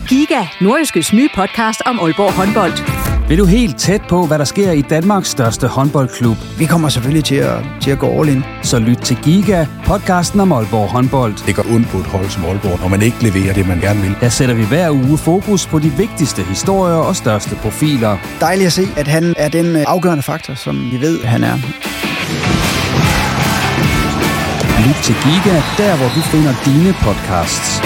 Giga, Nordjyskes nye podcast om Aalborg håndbold. Vil du helt tæt på, hvad der sker i Danmarks største håndboldklub? Vi kommer selvfølgelig til at gå all in. Så lyt til Giga, podcasten om Aalborg håndbold. Det går ondt på et hold som Aalborg, når man ikke leverer det, man gerne vil. Der sætter vi hver uge fokus på de vigtigste historier og største profiler. Dejligt at se, at han er den afgørende faktor, som vi ved, han er. Lyt til Giga, der hvor du finder dine podcasts.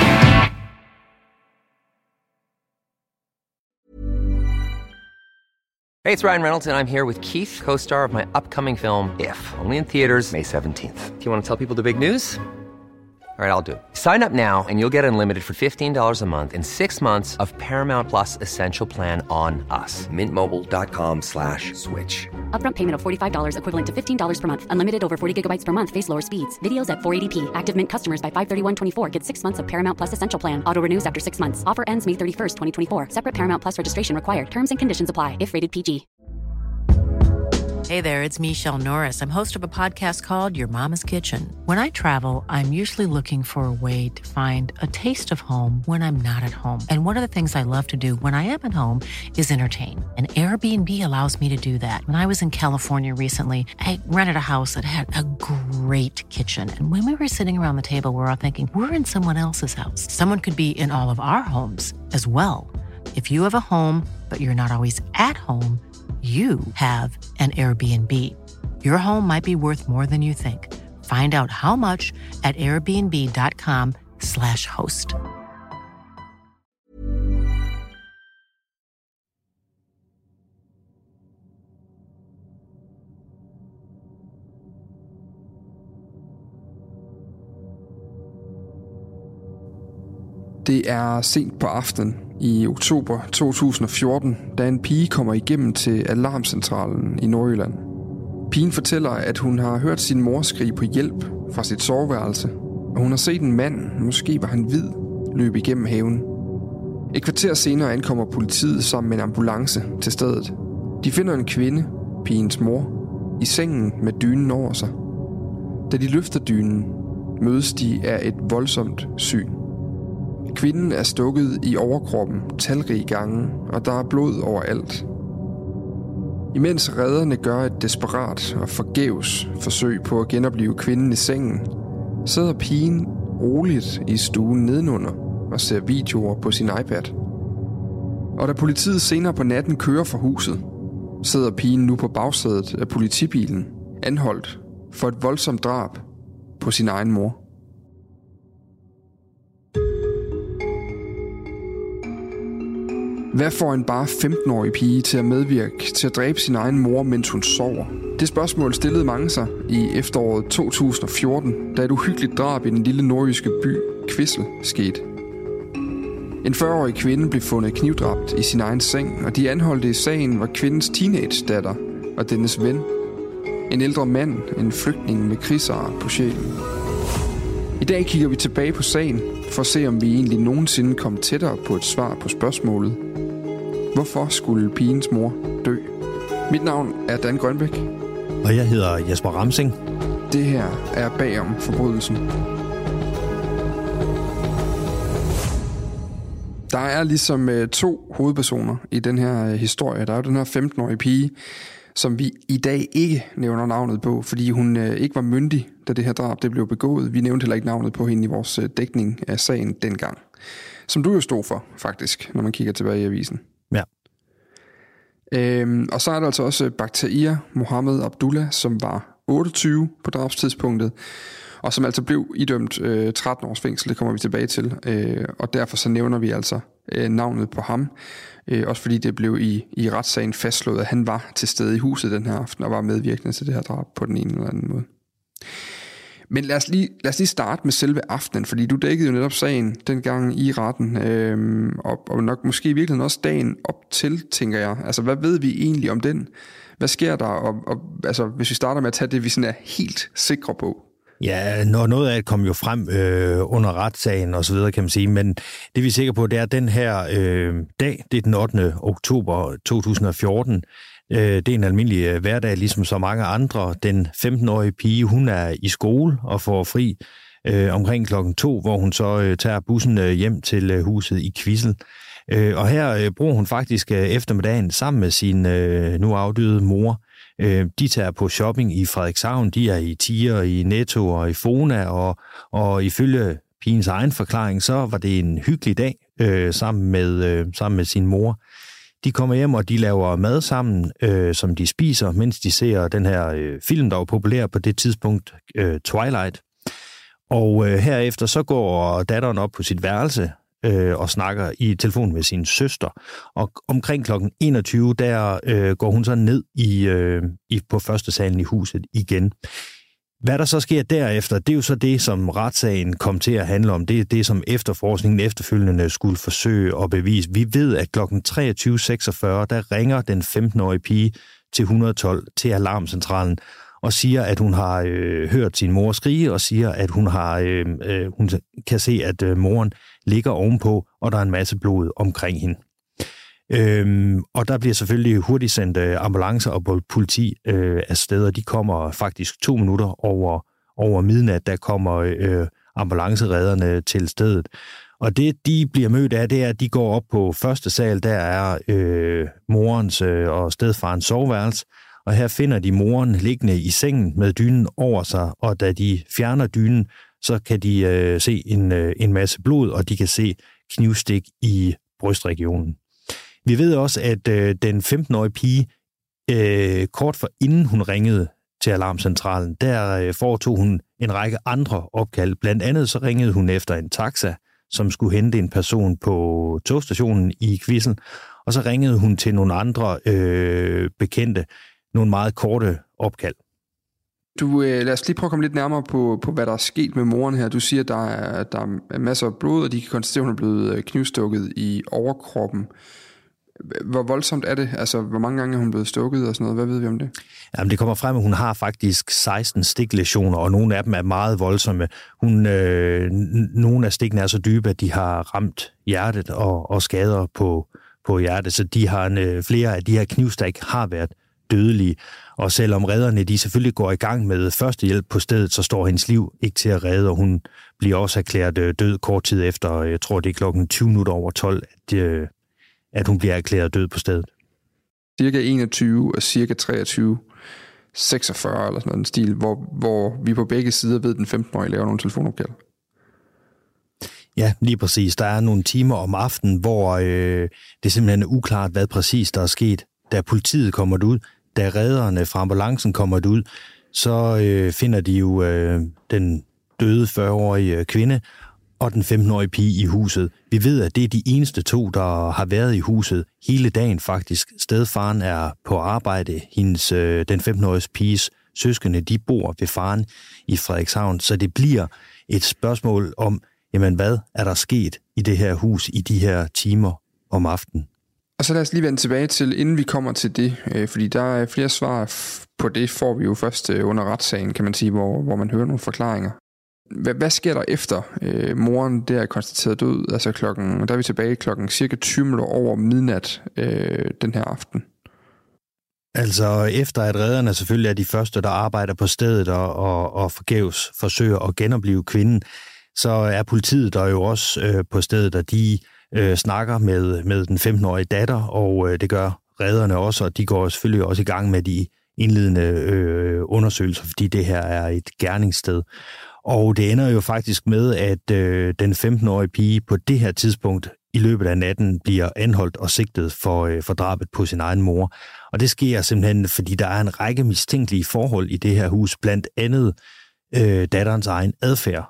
Hey, it's Ryan Reynolds, and I'm here with Keith, co-star of my upcoming film, If, only in theaters May 17th. Do you want to tell people the big news? All right, I'll do it. Sign up now and you'll get unlimited for $15 a month and 6 months of Paramount Plus Essential Plan on us. MintMobile.com/switch. Upfront payment of $45 equivalent to $15 per month. Unlimited over 40 gigabytes per month. Face lower speeds. Videos at 480p. Active Mint customers by 531.24 get 6 months of Paramount Plus Essential Plan. Auto renews after 6 months. Offer ends May 31st, 2024. Separate Paramount Plus registration required. Terms and conditions apply if rated PG. Hey there, it's Michelle Norris. I'm host of a podcast called Your Mama's Kitchen. When I travel, I'm usually looking for a way to find a taste of home when I'm not at home. And one of the things I love to do when I am at home is entertain. And Airbnb allows me to do that. When I was in California recently, I rented a house that had a great kitchen. And when we were sitting around the table, we were all thinking, we're in someone else's house. Someone could be in all of our homes as well. If you have a home, but you're not always at home, you have an Airbnb. Your home might be worth more than you think. Find out how much at airbnb.com/host. Det er sent på aftenen i oktober 2014, da en pige kommer igennem til alarmcentralen i Nordjylland. Pigen fortæller, at hun har hørt sin mor skrige på hjælp fra sit soveværelse, og hun har set en mand, måske var han hvid, løbe igennem haven. Et kvarter senere ankommer politiet sammen med en ambulance til stedet. De finder en kvinde, pigens mor, i sengen med dynen over sig. Da de løfter dynen, mødes de af et voldsomt syn. Kvinden er stukket i overkroppen talrige gange, og der er blod overalt. Imens redderne gør et desperat og forgæves forsøg på at genoplive kvinden i sengen, sidder pigen roligt i stuen nedenunder og ser videoer på sin iPad. Og da politiet senere på natten kører fra huset, sidder pigen nu på bagsædet af politibilen, anholdt for et voldsomt drab på sin egen mor. Hvad får en bare 15-årig pige til at medvirke til at dræbe sin egen mor, mens hun sover? Det spørgsmål stillede mange sig i efteråret 2014, da et uhyggeligt drab i den lille nordjyske by Kvissel skete. En 40-årig kvinde blev fundet knivdræbt i sin egen seng, og de anholdte i sagen var kvindens teenage-datter og dennes ven. En ældre mand, en flygtning med krigsar på sjælen. I dag kigger vi tilbage på sagen for at se, om vi egentlig nogensinde kom tættere på et svar på spørgsmålet. Hvorfor skulle pigens mor dø? Mit navn er Dan Grønbæk. Og jeg hedder Jesper Ramsing. Det her er Bagom forbrydelsen. Der er ligesom 2 hovedpersoner i den her historie. Der er jo den her 15-årige pige, som vi i dag ikke nævner navnet på, fordi hun ikke var myndig, da det her drab det blev begået. Vi nævnte heller ikke navnet på hende i vores dækning af sagen dengang. Som du jo stod for, faktisk, når man kigger tilbage i avisen. Ja. Og så er der altså også Bakhtair Mohammed Abdullah, som var 28 på drabstidspunktet, og som altså blev idømt 13 års fængsel. Det kommer vi tilbage til. Og derfor så nævner vi altså navnet på ham. Også fordi det blev i retssagen fastslået, at han var til stede i huset den her aften og var medvirkende til det her drab på den ene eller anden måde. Men lad os lige starte med selve aftenen, fordi du dækkede jo netop sagen dengang i retten, og nok måske i virkeligheden også dagen op til, tænker jeg. Altså, hvad ved vi egentlig om den? Hvad sker der? Og altså, hvis vi starter med at tage det, vi sådan er helt sikre på. Ja, noget af det kom jo frem under retssagen og så videre, kan man sige, men det vi er sikre på, det er den her dag, det er den 8. oktober 2014. Det er en almindelig hverdag, ligesom så mange andre. Den 15-årige pige, hun er i skole og får fri omkring 2:00, hvor hun så tager bussen hjem til huset i Kvissel. Og her bruger hun faktisk eftermiddagen sammen med sin nu afdøde mor. De tager på shopping i Frederikshavn, de er i Tiger, i Netto og i Fona, og ifølge pigens egen forklaring, så var det en hyggelig dag sammen med sin mor. De kommer hjem, og de laver mad sammen, som de spiser, mens de ser den her film, der var populær på det tidspunkt, Twilight. Og herefter så går datteren op på sit værelse og snakker i telefon med sin søster. Og omkring kl. 21, der går hun så ned på første salen i huset igen. Hvad der så sker derefter, det er jo så det, som retssagen kom til at handle om. Det er det, som efterforskningen efterfølgende skulle forsøge at bevise. Vi ved, at kl. 23.46, der ringer den 15-årige pige til 112 til alarmcentralen og siger, at hun har hørt sin mor skrige, og siger, at hun kan se, at moren ligger ovenpå, og der er en masse blod omkring hende. Og der bliver selvfølgelig hurtigt sendt ambulancer og politi af steder. De kommer faktisk 2 minutter over midnat, der kommer ambulanceredderne til stedet. Og det, de bliver mødt af, det er, at de går op på første sal, der er morens og stedfarens soveværelse, og her finder de moren liggende i sengen med dynen over sig, og da de fjerner dynen, så kan de se en masse blod, og de kan se knivstik i brystregionen. Vi ved også, at den 15-årige pige, kort for inden hun ringede til alarmcentralen, der foretog hun en række andre opkald. Blandt andet så ringede hun efter en taxa, som skulle hente en person på togstationen i Kvissel, og så ringede hun til nogle andre bekendte, nogle meget korte opkald. Lad os lige prøve at komme lidt nærmere på hvad der er sket med moren her. Du siger, at der er masser af blod, og de kan konstatere, at hun er blevet knivstukket i overkroppen. Hvor voldsomt er det? Altså, hvor mange gange er hun blevet stukket og sådan noget? Hvad ved vi om det? Jamen, det kommer frem, at hun har faktisk 16 stiklæsioner, og nogle af dem er meget voldsomme. Nogle af stikkene er så dybe, at de har ramt hjertet og skader på hjertet, så de har flere af de her knivstik har været dødelige. Og selvom redderne de selvfølgelig går i gang med førstehjælp på stedet, så står hendes liv ikke til at redde, og hun bliver også erklæret død kort tid efter. Jeg tror, det er klokken 20:20, at hun bliver erklæret død på stedet. Cirka 21 og cirka 23:46 eller sådan en stil, hvor vi på begge sider ved, at den 15-årige laver nogle telefonopkald. Ja, lige præcis. Der er nogle timer om aftenen, hvor det simpelthen er uklart, hvad præcis der er sket. Da politiet kommer ud, da redderne fra ambulancen kommer ud, så finder de jo den døde 40-årige kvinde og den 15-årige pige i huset. Vi ved, at det er de eneste 2, der har været i huset hele dagen faktisk. Stedfaren er på arbejde. Den 15-årige piges søskende, de bor ved faren i Frederikshavn. Så det bliver et spørgsmål om, jamen hvad er der sket i det her hus i de her timer om aftenen? Og så lad os lige vende tilbage til, inden vi kommer til det, fordi der er flere svar på det, får vi jo først under retssagen, kan man sige, hvor man hører nogle forklaringer. Hvad sker der efter moren der er konstateret død? Altså der er vi tilbage klokken cirka 20 over midnat den her aften. Altså efter at redderne selvfølgelig er de første, der arbejder på stedet og forgæves forsøger at genopleve kvinden, så er politiet der jo også på stedet, og de snakker med den 15-årige datter, og det gør redderne også, og de går selvfølgelig også i gang med de indledende undersøgelser, fordi det her er et gerningssted. Og det ender jo faktisk med, at den 15-årige pige på det her tidspunkt i løbet af natten bliver anholdt og sigtet for drabet på sin egen mor. Og det sker simpelthen, fordi der er en række mistænkelige forhold i det her hus, blandt andet datterens egen adfærd,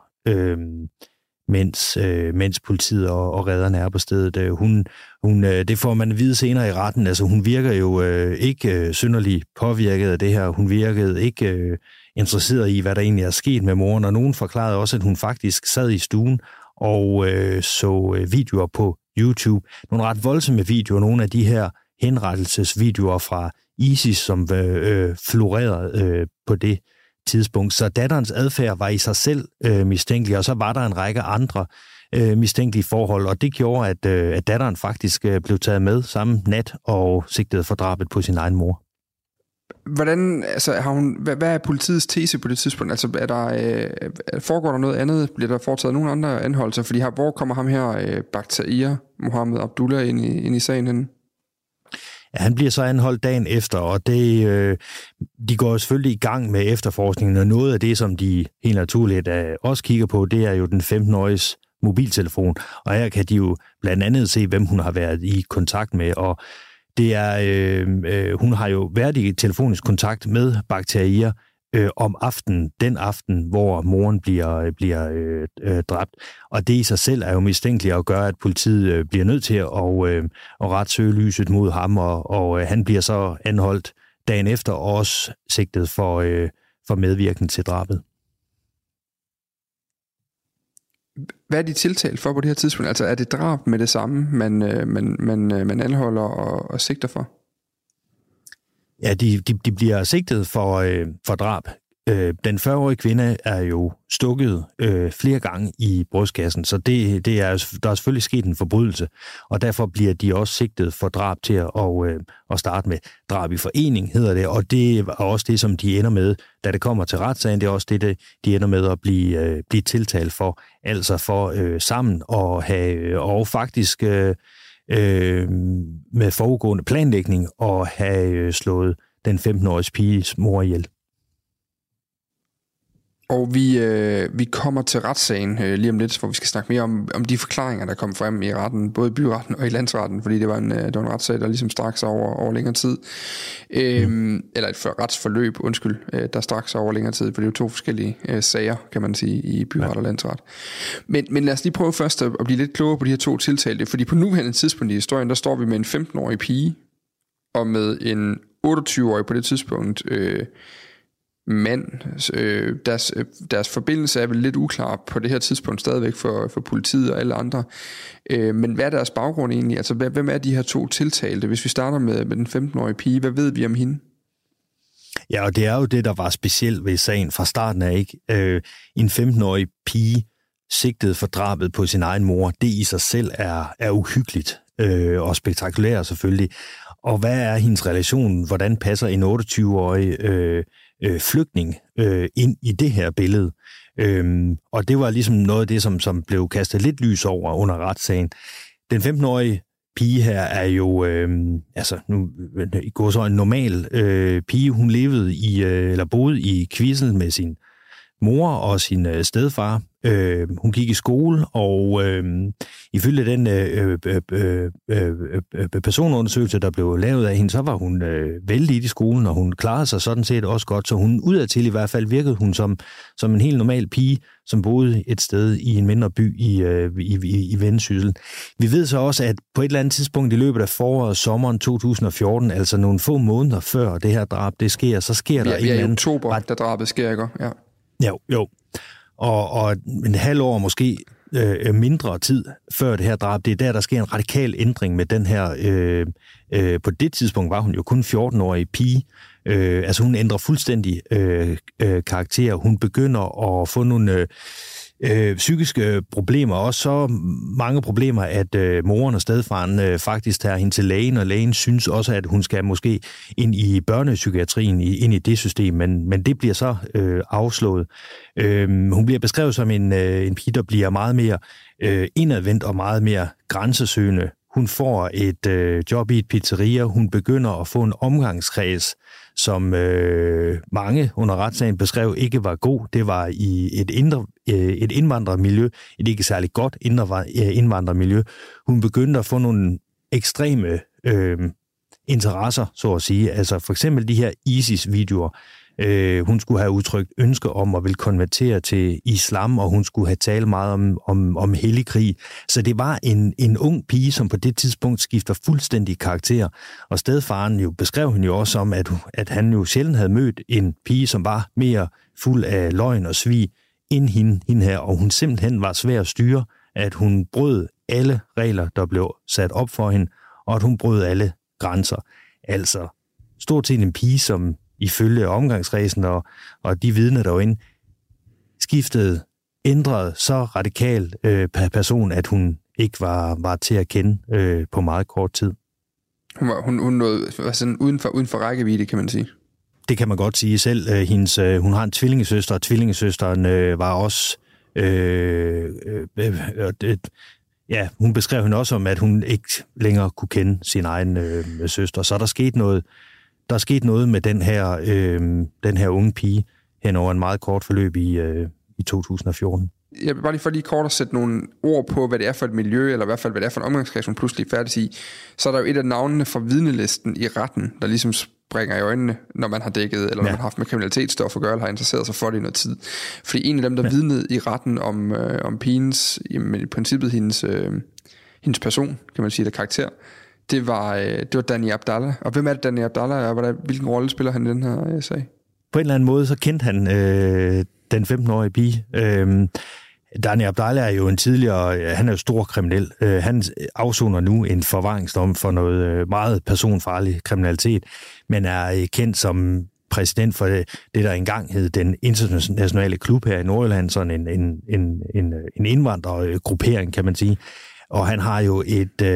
mens politiet og redderne er på stedet. Det får man at vide senere i retten. Altså, hun virker jo ikke synderligt påvirket af det her. Hun virkede ikke interesseret i, hvad der egentlig er sket med moren, og nogen forklarede også, at hun faktisk sad i stuen og så videoer på YouTube. Nogle ret voldsomme videoer, nogle af de her henrettelsesvideoer fra ISIS, som florerede på det tidspunkt. Så datterens adfærd var i sig selv mistænkelig, og så var der en række andre mistænkelige forhold, og det gjorde, at datteren faktisk blev taget med samme nat og sigtet for drabet på sin egen mor. Hvordan, altså, hvad er politiets tese på det tidspunkt? Altså, foregår der noget andet? Bliver der foretaget nogle andre anholdelser? Fordi hvor kommer ham her, Bakhtiar Mohammed Abdullah ind i sagen henne? Ja, han bliver så anholdt dagen efter, og det, de går selvfølgelig i gang med efterforskningen, og noget af det, som de helt naturligt også kigger på, det er jo den 15-åriges mobiltelefon, og her kan de jo blandt andet se, hvem hun har været i kontakt med, og det er, hun har jo været i telefonisk kontakt med Bakhtiar om aftenen, den aften, hvor moren bliver dræbt. Og det i sig selv er jo mistænkeligt at gøre, at politiet bliver nødt til at ret søge lyset mod ham, og han bliver så anholdt dagen efter, og også sigtet for medvirken til drabet. Hvad er de tiltalt for på det her tidspunkt? Altså er det drab med det samme, man anholder og sigter for? Ja, de bliver sigtet for drab. Den 40-årige kvinde er jo stukket flere gange i brystkassen, så der er selvfølgelig sket en forbrydelse, og derfor bliver de også sigtet for drab til at starte med. Drab i forening hedder det, og det er også det, som de ender med, da det kommer til retssagen. Det er også det, de ender med at blive tiltalt for, altså for sammen at have, og faktisk med foregående planlægning, og have slået den 15-årige piges mor ihjel. Og vi kommer til retssagen lige om lidt, hvor vi skal snakke mere om de forklaringer, der kom frem i retten, både i byretten og i landsretten, fordi det var en retssag, der ligesom strak sig over længere tid. Eller et retsforløb, der strak sig over længere tid, for det er jo to forskellige sager, kan man sige, i byret og landsret. Men lad os lige prøve først at blive lidt klogere på de her to tiltalte, fordi på nuværende tidspunkt i historien, der står vi med en 15-årig pige, og med en 28-årig på det tidspunkt mand. Deres forbindelse er vel lidt uklar på det her tidspunkt stadigvæk for politiet og alle andre. Men hvad er deres baggrund egentlig? Altså, hvem er de her to tiltalte? Hvis vi starter med den 15-årige pige, hvad ved vi om hende? Ja, og det er jo det, der var specielt ved sagen fra starten af, ikke? En 15-årig pige sigtet for drabet på sin egen mor, det i sig selv er uhyggeligt og spektakulært selvfølgelig. Og hvad er hendes relation? Hvordan passer en 28-årig flygtning ind i det her billede? Og det var ligesom noget af det, som blev kastet lidt lys over under retssagen. Den 15-årige pige her er jo, nu går så en normal pige. Hun boede i Kvissel med sin mor og sin stedfar. Hun gik i skole, og ifølge den personundersøgelse, der blev lavet af hende, så var hun vældig i skolen, og hun klarede sig sådan set også godt. Så hun udadtil i hvert fald virkede hun som en helt normal pige, som boede et sted i en mindre by i Vendsyssel. Vi ved så også, at på et eller andet tidspunkt i løbet af foråret og sommeren 2014, altså nogle få måneder før det her drab, det sker, så sker der en anden... oktober, da drabet sker, ikke? Ja. Jo. Og en halv år måske mindre tid før det her drab, det er der sker en radikal ændring med den her, på det tidspunkt var hun jo kun 14-årig pige, altså hun ændrer fuldstændig karakter, hun begynder at få nogle psykiske problemer, også så mange problemer, at moren og stedfaren faktisk tager hende til lægen, og lægen synes også, at hun skal måske ind i børnepsykiatrien, ind i det system, men det bliver så afslået. Hun bliver beskrevet som en pige, der bliver meget mere indadvendt og meget mere grænsesøgende. Hun får et job i et pizzeria, hun begynder at få en omgangskreds, som mange under retssagen beskrev ikke var god. Det var i et indvandrermiljø, et ikke særlig godt indvandrermiljø. Hun begyndte at få nogle ekstreme interesser, så at sige. Altså for eksempel de her ISIS-videoer. Hun skulle have udtrykt ønsker om at ville konvertere til islam, og hun skulle have talt meget om hellig krig. Så det var en ung pige, som på det tidspunkt skifter fuldstændig karakter. Og stedfaren jo beskrev hende jo også om, at han jo sjældent havde mødt en pige, som var mere fuld af løgn og svig end hende her, og hun simpelthen var svær at styre, at hun brød alle regler, der blev sat op for hende, og at hun brød alle grænser. Altså stort set en pige, som ifølge omgangsræsen og de vidner derinde, ændrede så radikalt person, at hun ikke var til at kende på meget kort tid. Hun nåede sådan uden for rækkevidde, kan man sige. det kan man godt sige selv. Hun har en tvillingesøster, og tvillingesøsteren var også... hun beskrev hende også om, at hun ikke længere kunne kende sin egen søster. Så der skete noget med den her unge pige hen over en meget kort forløb i 2014. Jeg vil bare lige kort at sætte nogle ord på, hvad det er for et miljø, eller i hvert fald, hvad det er for en omgangskreds, hun pludselig er færdig i. Så er der jo et af navnene fra vidnelisten i retten, der ligesom springer i øjnene, når man har dækket, eller når man har haft med kriminalitetsstof at gøre, eller har interesseret sig for det i noget tid. Fordi en af dem, der vidnede i retten om pigens, jamen i princippet hendes person, kan man sige, der karakter, det var Danny Abdallah. Og hvem er det, Danny Abdallah er, og hvilken rolle spiller han i den her sag? På en eller anden måde, så kendte han den 15-årige pige. Danny Abdallah er jo han er jo stor kriminel. Han afsoner nu en forvaringsdom for noget meget personfarlig kriminalitet, men er kendt som præsident for det, der engang hed den internationale klub her i Nordjylland, sådan en indvandrergruppering, kan man sige. Og han har jo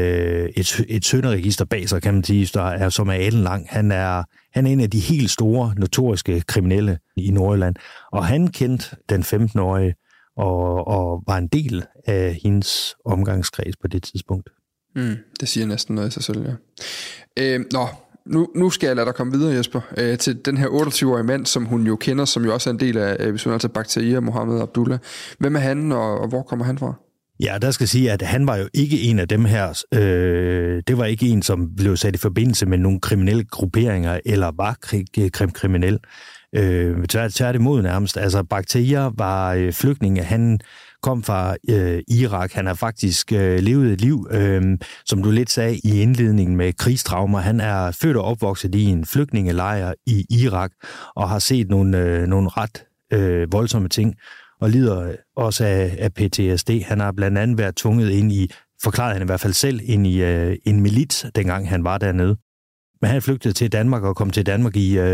et synderegister bag sig, kan man sige, som er alenlang. Han er en af de helt store, notoriske kriminelle i Nordjylland. Og han kendte den 15-årige og var en del af hendes omgangskreds på det tidspunkt. Det siger næsten noget i sig selv, ja. Nu skal jeg lade dig komme videre, Jesper, til den her 28-årige mand, som hun jo kender, som jo også er en del af, hvis hun altså Bakhtiar Mohammed Abdullah. Hvem er han, og hvor kommer han fra? Ja, der skal sige, at han var jo ikke en af dem her. Det var ikke en, som blev sat i forbindelse med nogle kriminelle grupperinger, eller var kriminel. Tværtimod nærmest. Altså, Bakhtiar var flygtning. Han kom fra Irak. Han har faktisk levet et liv, som du lidt sagde i indledningen, med krigstraumer. Han er født og opvokset i en flygtningelejr i Irak, og har set nogle ret voldsomme ting, og lider også af PTSD. Han har blandt andet været tvunget ind i, forklarede han i hvert fald selv, ind i en milits, dengang han var dernede. Men han flygtede til Danmark og kom til Danmark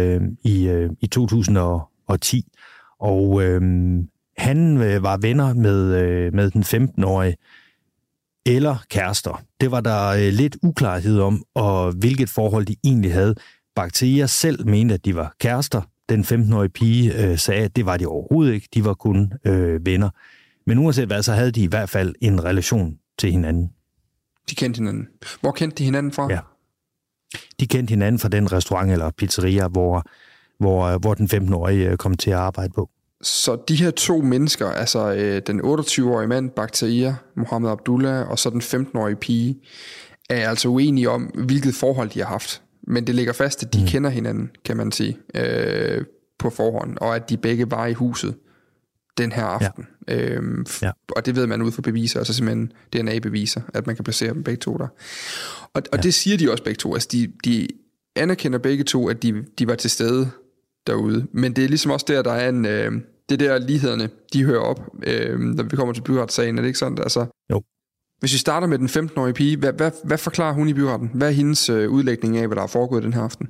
i 2010. Og han var venner med den 15-årige, eller kærester. Det var der lidt uklarhed om, og hvilket forhold de egentlig havde. Bakhtiar selv mente, at de var kærester. Den 15-årige pige sagde, at det var de overhovedet ikke. De var kun venner. Men uanset hvad, så havde de i hvert fald en relation til hinanden. De kendte hinanden. Hvor kendte de hinanden fra? Ja. De kendte hinanden fra den restaurant eller pizzeria, hvor den 15-årige kom til at arbejde på. Så de her to mennesker, altså den 28-årige mand, Bakhtiar Mohammed Abdullah, og så den 15-årige pige, er altså uenige om, hvilket forhold de har haft. Men det ligger fast, at de kender hinanden, kan man sige, på forhånd, og at de begge var i huset den her aften. Ja. Og det ved man ud fra beviser, altså simpelthen DNA-beviser, at man kan placere dem begge to der. Og det siger de også begge to. Altså de anerkender begge to, at de var til stede derude. Men det er ligesom også der er en... det der lighederne, de hører op, når vi kommer til byretssagen, er det ikke sådan? Altså, jo. Hvis vi starter med den 15-årige pige, hvad forklarer hun i byretten? Hvad er hendes udlægning af, hvad der er foregået den her aften?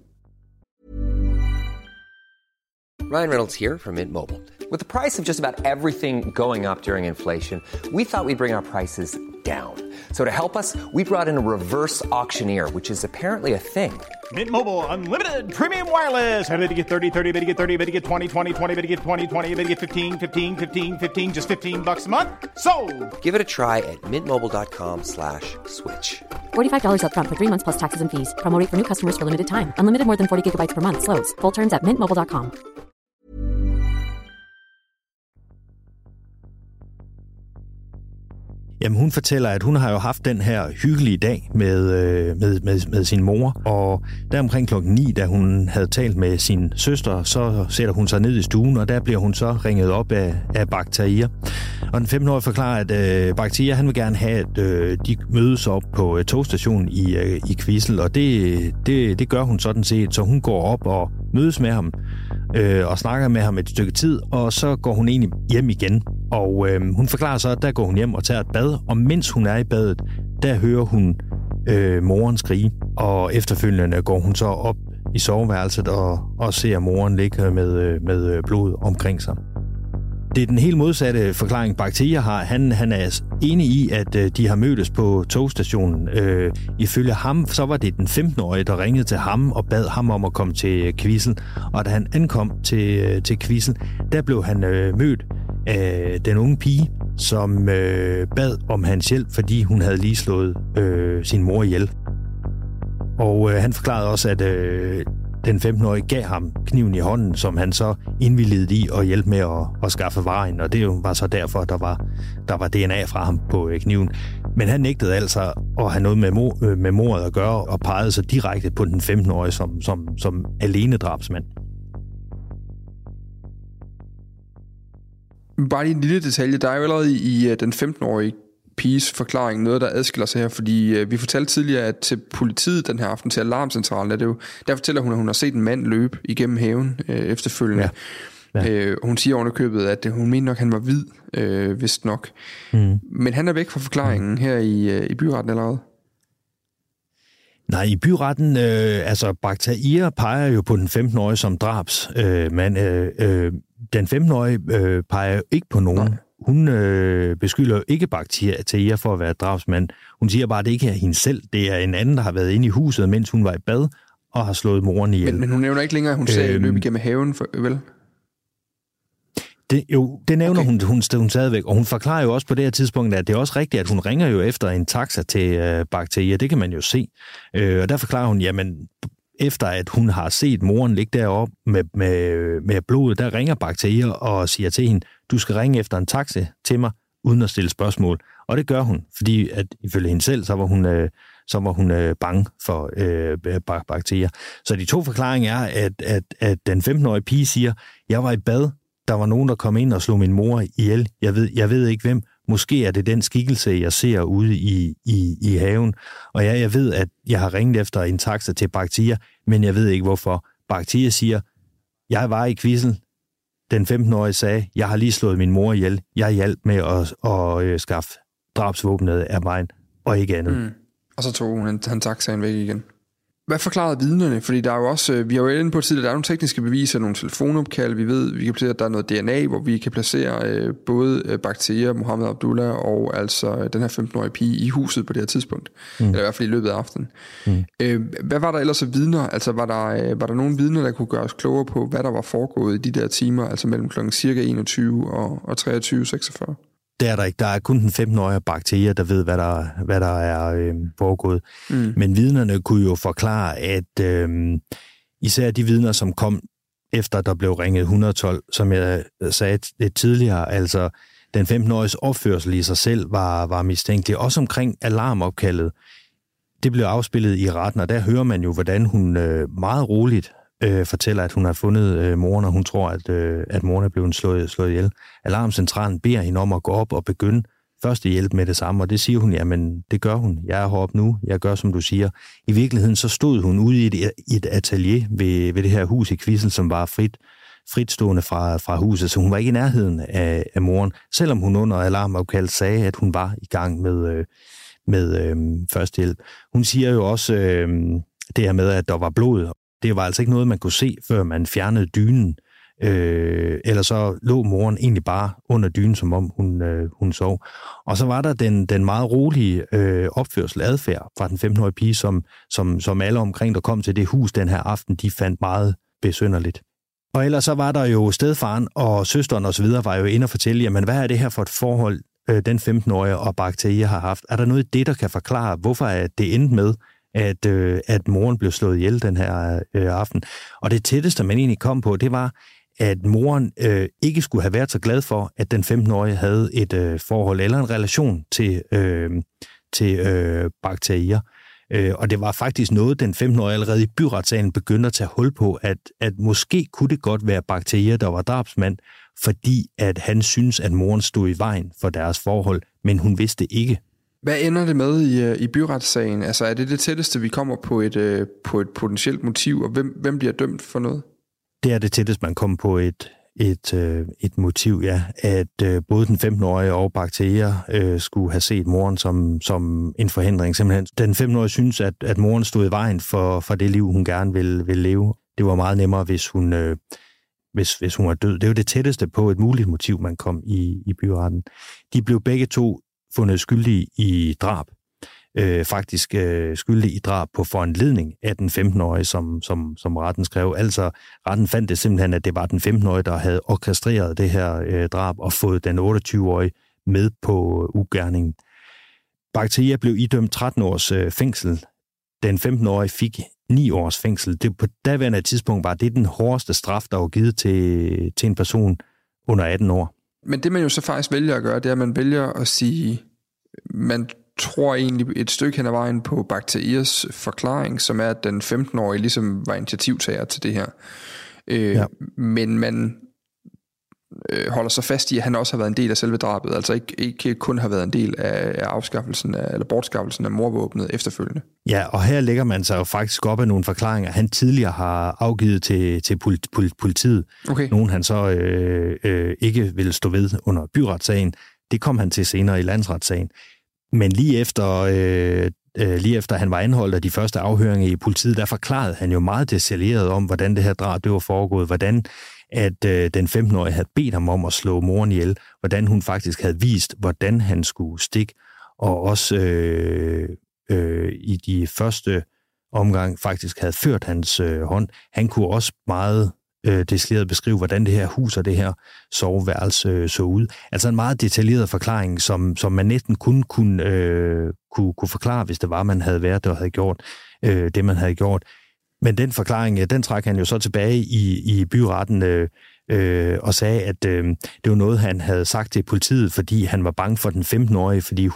Ryan Reynolds here from Mint Mobile. With the price of just about everything going up during inflation, we thought we'd bring our prices down. So to help us, we brought in a reverse auctioneer, which is apparently a thing. Mint Mobile Unlimited Premium Wireless. How to get 30, 30, how to get 30, how to get 20, 20, 20, how to get 20, 20, how to get 15, 15, 15, 15, just $15 a month? Sold! Give it a try at mintmobile.com/switch. $45 up front for 3 months plus taxes and fees. Promo rate for new customers for limited time. Unlimited more than 40 gigabytes per month. Slows full terms at mintmobile.com. Jamen, hun fortæller, at hun har jo haft den her hyggelige dag med sin mor, og der omkring 9:00, da hun havde talt med sin søster, så sætter hun sig ned i stuen, og der bliver hun så ringet op af Bakhtiar. Og den 15-årige forklarer, at Bakhtiar, han vil gerne have, at de mødes op på togstationen i Kvissel, og det gør hun sådan set, så hun går op og mødes med ham, og snakker med ham et stykke tid, og så går hun egentlig hjem igen. Og hun forklarer så, at der går hun hjem og tager et bad, og mens hun er i badet, der hører hun moren skrige, og efterfølgende går hun så op i soveværelset og ser moren ligge med blod omkring sig. Det er den helt modsatte forklaring, Bakhtiar har. Han er enig i, at de har mødtes på togstationen. Ifølge ham, så var det den 15-årige, der ringede til ham og bad ham om at komme til Kvissel. Og da han ankom til Kvissel, der blev han mødt af den unge pige, som bad om hans hjælp, fordi hun havde lige slået sin mor ihjel. Og han forklarede også, at den 15-årige gav ham kniven i hånden, som han så indvilligede i at hjælpe med at skaffe vejen. Og det var så derfor, der var DNA fra ham på kniven. Men han nægtede altså at have noget med mordet at gøre, og pegede så direkte på den 15-årige som alene drabsmand. Bare lige en lille detalje. Der er jo allerede i den 15-årige piges forklaring noget, der adskiller sig her, fordi vi fortalte tidligere, at til politiet den her aften, til alarmcentralen, er det jo, der fortæller hun, at hun har set en mand løbe igennem haven efterfølgende. Ja. Hun siger ovenikøbet, at hun mener nok, at han var hvid, vist nok. Men han er væk fra forklaringen her i byretten allerede. Nej, i byretten, Bakhtiar peger jo på den 15-årige som drabsmand. Den 15-årige peger ikke på nogen. Nej. Hun beskylder ikke Bakhtiar for at være drabsmand. Hun siger bare, at det ikke er hende selv. Det er en anden, der har været inde i huset, mens hun var i bad og har slået moren ihjel. Men hun nævner ikke længere, at hun ser løb igennem haven, vel? Det nævner hun stadigvæk, og hun forklarer jo også på det her tidspunkt, at det er også rigtigt, at hun ringer jo efter en taxa til Bakhtiar. Det kan man jo se. Og der forklarer hun, jamen, efter at hun har set moren ligge deroppe med blodet, der ringer Bakhtiar og siger til hende, du skal ringe efter en taxa til mig, uden at stille spørgsmål. Og det gør hun, fordi at ifølge hende selv, så var hun bange for Bakhtiar. Så de to forklaringer er, at den 15-årige pige siger, jeg var i bad, der var nogen, der kom ind og slog min mor ihjel. Jeg ved ikke hvem. Måske er det den skikkelse, jeg ser ude i haven. Og ja, jeg ved, at jeg har ringet efter en taxa til Bakhtiar, men jeg ved ikke hvorfor. Bakhtiar siger, jeg var i Kvissel. Den 15-årige sagde, jeg har lige slået min mor ihjel. Jeg hjalp med at skaffe drabsvåbnet af vejen, og ikke andet. Og så tog han taxaen væk igen. Hvad forklarede vidnerne? Fordi der er jo også, vi har jo inde på tid, at der er nogle tekniske beviser, nogle telefonopkald, vi kan placere, at der er noget DNA, hvor vi kan placere både Bakhtiar, Mohammed Abdullah og altså den her 15-årige pige i huset på det her tidspunkt. Eller i hvert fald i løbet af aftenen. Hvad var der ellers af vidner? Altså var der nogle vidner, der kunne gøre os klogere på, hvad der var foregået i de der timer, altså mellem klokken cirka 21 og 23.46? Det er der ikke. Der er kun den 15-årige Bakhtiar, der ved, hvad der er foregået. Men vidnerne kunne jo forklare, at især de vidner, som kom efter, der blev ringet 112, som jeg sagde lidt tidligere, altså den 15-åriges opførsel i sig selv var mistænkelig. Også omkring alarmopkaldet. Det blev afspillet i retten, og der hører man jo, hvordan hun meget roligt fortæller, at hun har fundet moren, og hun tror, at moren er blevet slået ihjel. Alarmcentralen beder hende om at gå op og begynde første hjælp med det samme, og det siger hun, jamen det gør hun. Jeg er heroppe nu, jeg gør som du siger. I virkeligheden så stod hun ude i et atelier ved det her hus i Kvissel, som var fritstående fra huset, så hun var ikke i nærheden af moren, selvom hun under alarmopkald sagde, at hun var i gang med første hjælp. Hun siger jo også det her med, at der var blod. Det var altså ikke noget, man kunne se, før man fjernede dynen. Eller så lå moren egentlig bare under dynen, som om hun sov. Og så var der den meget rolige adfærd fra den 15-årige pige, som alle omkring, der kom til det hus den her aften, de fandt meget besynderligt. Og ellers så var der jo stedfaren og søsteren og så videre, var jo inde og fortælle, jamen hvad er det her for et forhold, den 15-årige og Bakhtiar har haft? Er der noget i det, der kan forklare, hvorfor det endte med, at moren blev slået ihjel den her aften? Og det tætteste, man egentlig kom på, det var, at moren ikke skulle have været så glad for, at den 15-årige havde et forhold eller en relation til Bakhtiar. Og det var faktisk noget, den 15-årige allerede i byretssagen begyndte at tage hul på, at måske kunne det godt være Bakhtiar, der var drabsmand, fordi at han synes, at moren stod i vejen for deres forhold, men hun vidste ikke. Hvad ender det med i byretssagen? Altså er det tætteste, vi kommer på et potentielt motiv, og hvem bliver dømt for noget? Det er det tætteste, man kommer på et motiv, ja. At både den 15-årige og Bakhtiar skulle have set moren som en forhindring. Simpelthen. Den 15-årige synes, at moren stod i vejen for det liv, hun gerne ville leve. Det var meget nemmere, hvis hun var død. Det er jo det tætteste på et muligt motiv, man kom i byretten. De blev begge to fundet skyldige i drab. Faktisk skyldig i drab på foranledning af den 15-årige, som retten skrev. Altså, retten fandt det simpelthen, at det var den 15-årige, der havde orkestreret det her drab og fået den 28-årige med på ugerningen. Bakhtiari blev idømt 13 års fængsel. Den 15-årige fik 9 års fængsel. Det på daværende tidspunkt var det den hårdeste straf, der var givet til en person under 18 år. Men det, man jo så faktisk vælger at gøre, det er, at man vælger at sige, man tror egentlig et stykke hen ad vejen på Bakhtiaris forklaring, som er, at den 15-årige ligesom var initiativtager til det her. Men man holder sig fast i, at han også har været en del af selve drabet, altså ikke kun har været en del af afskaffelsen eller bortskaffelsen af mordvåbnet efterfølgende. Ja, og her lægger man sig jo faktisk op af nogle forklaringer, han tidligere har afgivet til politiet. Okay. Nogen han så ikke ville stå ved under byretssagen. Det kom han til senere i landsretssagen. Men lige efter han var anholdt af de første afhøringer i politiet, der forklarede han jo meget detaljeret om, hvordan det her drab det var foregået, hvordan at den 15-årige havde bedt ham om at slå moren ihjel, hvordan hun faktisk havde vist, hvordan han skulle stikke, og også i de første omgang faktisk havde ført hans hånd. Han kunne også meget detaljeret beskrive, hvordan det her hus og det her soveværelse så ud. Altså en meget detaljeret forklaring, som man næsten kun kunne forklare, hvis det var, man havde været der og havde gjort det, man havde gjort. Men den forklaring, den trak han jo så tilbage i byretten og sagde, at det var noget, han havde sagt til politiet, fordi han var bange for den 15-årige, fordi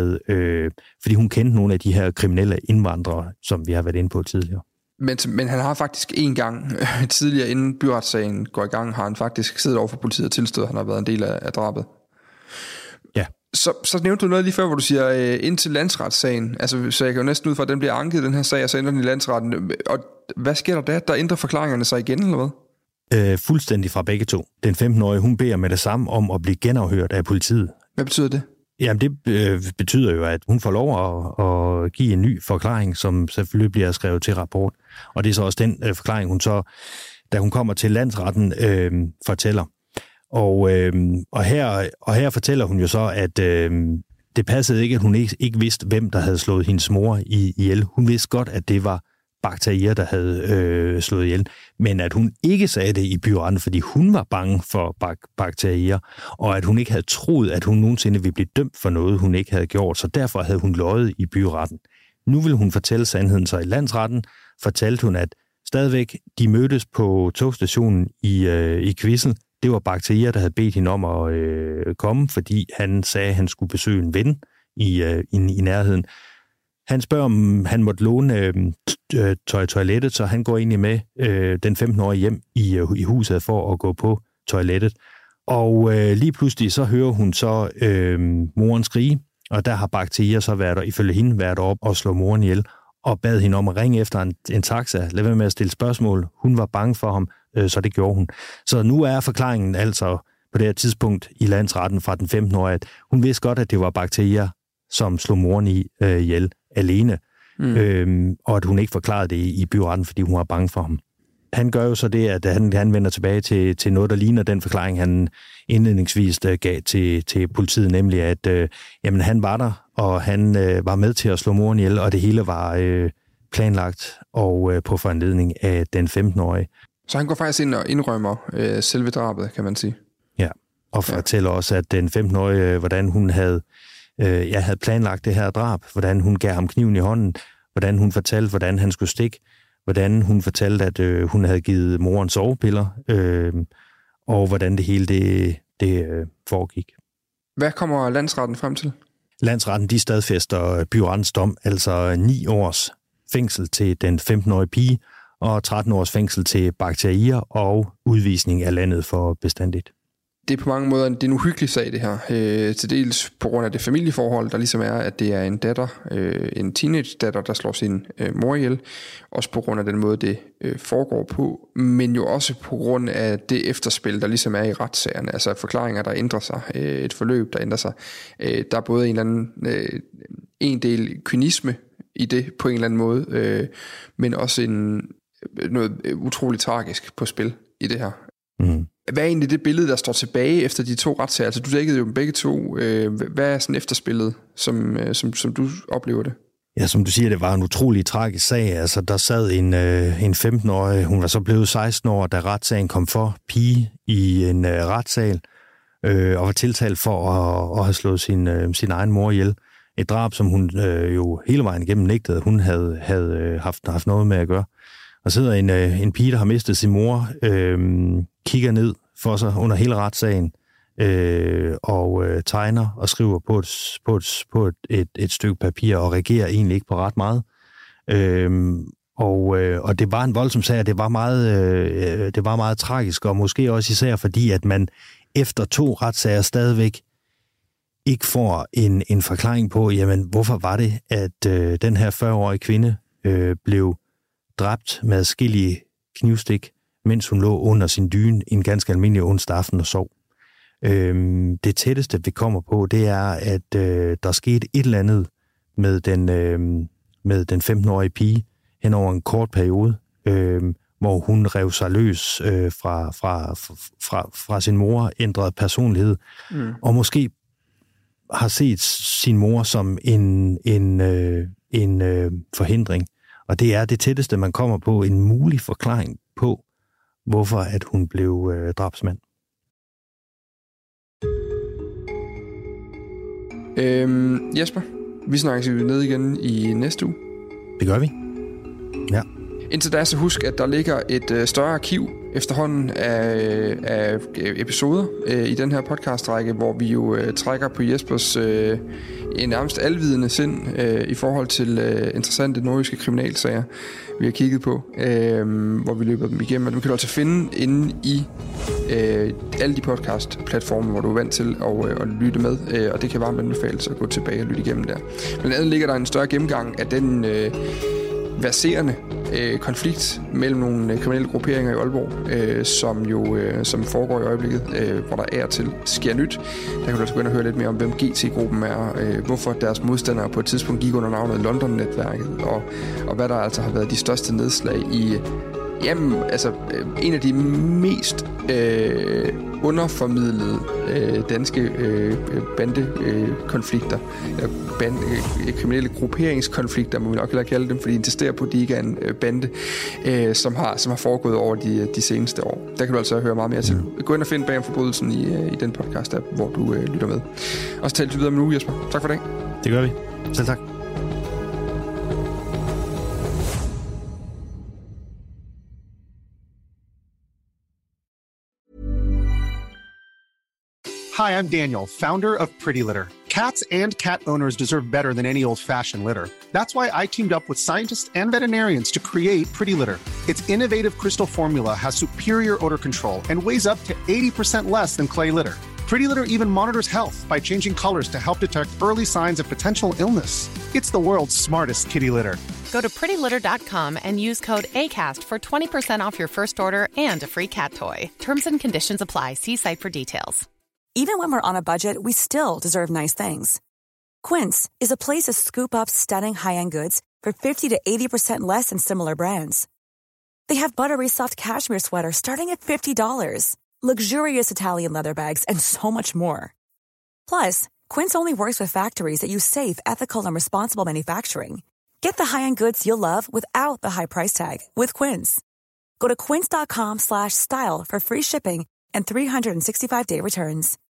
hun kendte nogle af de her kriminelle indvandrere, som vi har været inde på tidligere. Men han har faktisk en gang tidligere, inden byretssagen går i gang, har han faktisk siddet over for politiet og tilstået, at han har været en del af drabet. Ja. Så nævnte du noget lige før, hvor du siger, indtil landsretssagen, altså, så jeg kan jo næsten ud fra, at den bliver anket, den her sag, og så ender den i landsretten. Og hvad sker der? Der ændrer forklaringerne sig igen, eller hvad? Fuldstændig fra begge to. Den 15-årige, hun beder med det samme om at blive genafhørt af politiet. Hvad betyder det? Jamen, det betyder jo, at hun får lov at give en ny forklaring, som selvfølgelig bliver skrevet til rapport. Og det er så også den forklaring, hun så, da hun kommer til landsretten, fortæller. Og her fortæller hun jo så, at det passede ikke, at hun ikke vidste, hvem der havde slået hendes mor ihjel. Hun vidste godt, at det var Bakhtiari, der havde slået ihjel, men at hun ikke sagde det i byretten, fordi hun var bange for Bakhtiari, og at hun ikke havde troet, at hun nogensinde ville blive dømt for noget, hun ikke havde gjort, så derfor havde hun løjet i byretten. Nu ville hun fortælle sandheden, så i landsretten fortalte hun, at stadigvæk de mødtes på togstationen i Kvissel. Det var Bakhtiari, der havde bedt hende om at komme, fordi han sagde, at han skulle besøge en ven i nærheden. Han spørger, om han måtte låne toilettet, så han går egentlig med den 15-årige hjem i huset for at gå på toilettet. Og lige pludselig så hører hun så moren skrige, og der har Bakhtiari så ifølge hende været op og slå moren ihjel, og bad hende om at ringe efter en taxa. Lad være med at stille spørgsmål. Hun var bange for ham, så det gjorde hun. Så nu er forklaringen altså på det her tidspunkt i landsretten fra den 15-årige, at hun vidste godt, at det var Bakhtiari, som slog moren ihjel alene, og at hun ikke forklarede det i byretten, fordi hun var bange for ham. Han gør jo så det, at han vender tilbage til noget, der ligner den forklaring, han indledningsvis gav til politiet, nemlig at jamen, han var der, og han var med til at slå moren ihjel, og det hele var planlagt og på foranledning af den 15-årige. Så han går faktisk ind og indrømmer selve drabet, kan man sige. Ja, og fortæller også, at den 15-årige, hvordan hun havde planlagt det her drab, hvordan hun gav ham kniven i hånden, hvordan hun fortalte, hvordan han skulle stikke, hvordan hun fortalte, at hun havde givet moren sovepiller, og hvordan det hele det foregik. Hvad kommer landsretten frem til? Landsretten, de stadfæster byrettens dom, altså 9 års fængsel til den 15-årige pige, og 13 års fængsel til Bakhtiari og udvisning af landet for bestandigt. Det er på mange måder en uhyggelig sag, det her. Til dels på grund af det familieforhold, der ligesom er, at det er en datter, en teenage-datter, der slår sin mor ihjel. Også på grund af den måde, det foregår på. Men jo også på grund af det efterspil, der ligesom er i retssagerne. Altså forklaringer, der ændrer sig. Et forløb, der ændrer sig. Der er både en eller anden en del kynisme i det på en eller anden måde. Men også noget utroligt tragisk på spil i det her. Mm. Hvad er egentlig det billede, der står tilbage efter de 2 retssager? Altså, du dækkede jo begge 2. Hvad er sådan efterspillet, som du oplever det? Ja, som du siger, det var en utrolig tragisk sag. Altså, der sad en 15-årig, hun var så blevet 16 år, da retssagen kom for, pige i en retssal, og var tiltalt for at have slået sin egen mor ihjel. Et drab, som hun jo hele vejen igennem nægtede, hun havde haft noget med at gøre. Og sidder en pige, der har mistet sin mor, kigger ned for sig under hele retssagen, og tegner og skriver på et stykke papir og reagerer egentlig ikke på ret meget. Og det var en voldsom sag, og det var meget tragisk, og måske også især fordi, at man efter 2 retssager stadigvæk ikke får en forklaring på, jamen, hvorfor var det, at den her 40-årige kvinde blev dræbt med adskillige knivstik, mens hun lå under sin dyne en ganske almindelig onsdag aften og sov. Det tætteste, vi kommer på, det er, at der skete et eller andet med den 15-årige pige hen over en kort periode, hvor hun rev sig løs fra sin mor, ændrede personlighed, og måske har set sin mor som en forhindring. Og det er det tætteste, man kommer på en mulig forklaring på, hvorfor at hun blev drabsmand. Jesper, vi snakkes jo ned igen i næste uge. Det gør vi. Ja. Indtil da så husk, at der ligger et større arkiv efterhånden af episoder i den her podcastrække, hvor vi jo trækker på Jespers nærmest alvidende sind i forhold til interessante nordjyske kriminalsager, vi har kigget på, hvor vi løber dem igennem. Og dem kan du altså finde inde i alle de podcast-platforme, hvor du er vant til at lytte med, og det kan varmt anbefales at gå tilbage og lytte igennem der. Blandt andet ligger der en større gennemgang af den verserende konflikt mellem nogle kriminelle grupperinger i Aalborg, som foregår i øjeblikket, hvor der er til sker nyt. Der kan du altså gå ind og høre lidt mere om, hvem GT-gruppen er, hvorfor deres modstandere på et tidspunkt gik under navnet London-netværket, og hvad der altså har været de største nedslag i en af de mest underformidlede danske bandekonflikter, kriminelle grupperingskonflikter, må vi nok hellere kalde dem, fordi de insisterer på, at de ikke er en bande, som har foregået over de seneste år. Der kan du altså høre meget mere til. Gå ind og find Bag om Forbrydelsen i den podcast-app, hvor du lytter med. Og så taler vi videre om nu, Jesper. Tak for det. Det gør vi. Selv tak. Hi, I'm Daniel, founder of Pretty Litter. Cats and cat owners deserve better than any old-fashioned litter. That's why I teamed up with scientists and veterinarians to create Pretty Litter. Its innovative crystal formula has superior odor control and weighs up to 80% less than clay litter. Pretty Litter even monitors health by changing colors to help detect early signs of potential illness. It's the world's smartest kitty litter. Go to prettylitter.com and use code ACAST for 20% off your first order and a free cat toy. Terms and conditions apply. See site for details. Even when we're on a budget, we still deserve nice things. Quince is a place to scoop up stunning high-end goods for 50 to 80% less than similar brands. They have buttery soft cashmere sweaters starting at $50, luxurious Italian leather bags, and so much more. Plus, Quince only works with factories that use safe, ethical, and responsible manufacturing. Get the high-end goods you'll love without the high price tag with Quince. Go to quince.com/style for free shipping and 365-day returns.